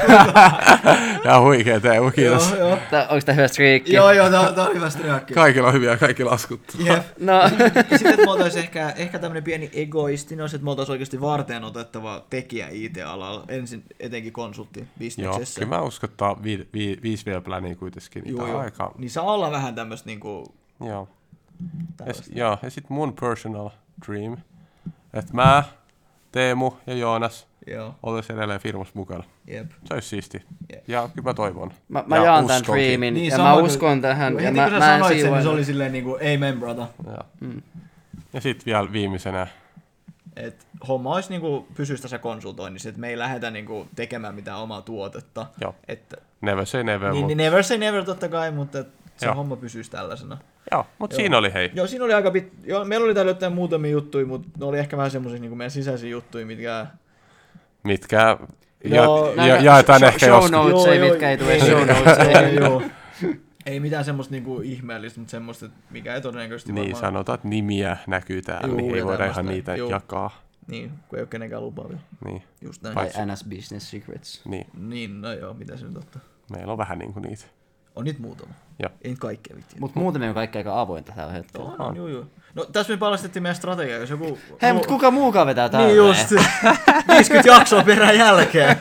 Ja huikea Teemu, kiitos. Joo, joo. Tää, onks tää hyvä striikki? Joo, joo, tää, tää on hyvä striakki. Kaikilla on hyviä ja kaikki laskuttaa. Jep. No, Ja sitten, että me oltais ehkä, ehkä tämmönen pieni egoistinen, että me oltais oikeasti varten otettava tekijä I T-alalla, ensin etenkin Joo, konsulttibisneksessä. kyllä mä uskon, että on vi, vi, viisi vielä plania kuitenkin. Niin Joo, tää on joo. aika... Niin saa olla vähän tämmöstä niinku... Joo. Ja, tällaista. s- joo, ja sit mun personal dream, että mä, Teemu ja Joonas Joo, olis edelleen firmassa mukana. jep. Se olisi siisti. Jep. Ja kyllä mä toivon. mä, mä Ja jaan tän uskonkin. dreamin Niin, ja sama mä kuin- uskon tähän. Ja Heti mä, kun sä mä en sanoit sen, niin silloin... se oli silleen niinku, amen brother. Ja, Mm. ja sit vielä viimeisenä, Et homma olisi niinku pysyisi tässä konsultoinnissa, että me ei lähdetä niinku tekemään mitään omaa tuotetta. joo, Että, never say never, niin, mut, niin never say never totta kai, mutta et se Joo. homma pysyisi tällaisena. joo, mut Joo. siinä oli hei. Joo, siinä oli aika pit... Joo, meillä oli täällä jotain muutamia juttuja, mutta ne oli ehkä vähän semmoisia niinku meidän sisäisiä juttuja, mitkä... Mitkä ja, Joo, ja, näitä jaetaan show- ehkä show joskus. notes. ei, mitkä ei tule show ei, notesiin. joo. Ei mitään semmoista niinku ihmeellistä, mutta semmoista, että mikä ei todennäköisesti Niin, varmaan... sanotaan, että nimiä näkyy täällä, Juu, niin ei ja voida ihan tämmöstä. niitä Juu. jakaa. Niin, kun ei ole kenenkään lupaa vielä. Niin, Just näin. Tai N S Business Secrets. niin, Niin, no joo, mitä se nyt ottaa. meillä on vähän niinku niitä. On niitä muutama. Joo. Ei nyt kaikkea vittiä. Mut muuten on kaikki aika avointa tällä hetkellä. On, on, juu, juu. No tässä me paljastettiin meidän strategia, jos joku... Hei, mut kuka muukaan vetää täällä? Niin just. viisikymmentä jaksoa perään jälkeen.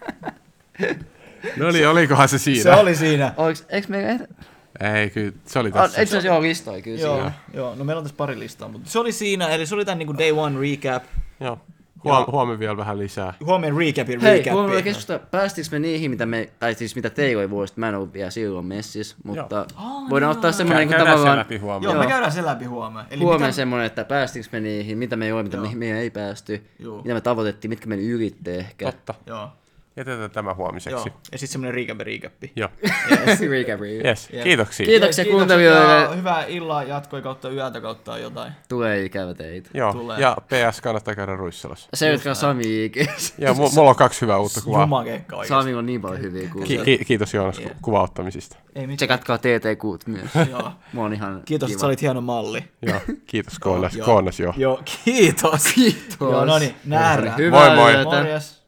No niin, olikohan se siinä? Se oli siinä. Oiks, eiks meillä... Ei, kyllä, se oli On, tässä. itse asiassa joo, listoi kyllä Joo, siinä. joo, no meillä on tässä pari listaa, mutta se oli siinä, eli se oli tämän niinku day one recap. Joo. Huom- Joo. huomenna vielä vähän lisää. Huomioon recapin Hei, recapi. huomioon keskustella, päästikö me niihin, mitä me, tai siis mitä teillä oli vuosta, mä en ollut vielä silloin messissä, mutta Aa, voidaan joo. ottaa semmoinen Käy- niin käydään se tavallaan läpi huomenna. Joo, me Joo. käydään sen läpi huomenna. Eli huomenna mitä... semmoinen, että päästikö me niihin, mitä me oli, mitä Joo. me, me ei päästy, Joo. mitä me tavoitettiin, mitkä me ylitti ehkä. Totta. Joo, Jätetään tämä joo. huomiseksi. Ja sitten semmoinen recap recapi. Joo. Recap, recap. Yes. Jep. Kiitoksia. Kiitoksia Ja kuuntelijoille. hyvää illaa jatkoi kautta yötä kautta jotain. Tulee ikävä teitä. Joo. Tulee. Ja P S kannattaa käydä Ruissalassa. Seuratkaa Sami ikinä. Joo, mu- mulla on kaksi hyvää uutta kuvaa. Jumakekka oikeesti. Sami on niin paljon hyviä kuvia. Ki- ki- kiitos Joonas Yeah. ku- kuvauttamisista. Ei mitään. Tsekatkaa T T Qt myös. Joo. Mä oon ihan Kiitos, kiva. että sä olit hieno malli. Joo, kiitos Koonnas. Joo. Koonnas joo. Joo, kiitos. Kiitos. Joo, no niin, nähdään. Hyvää Moi, moi. yötä. Morjes.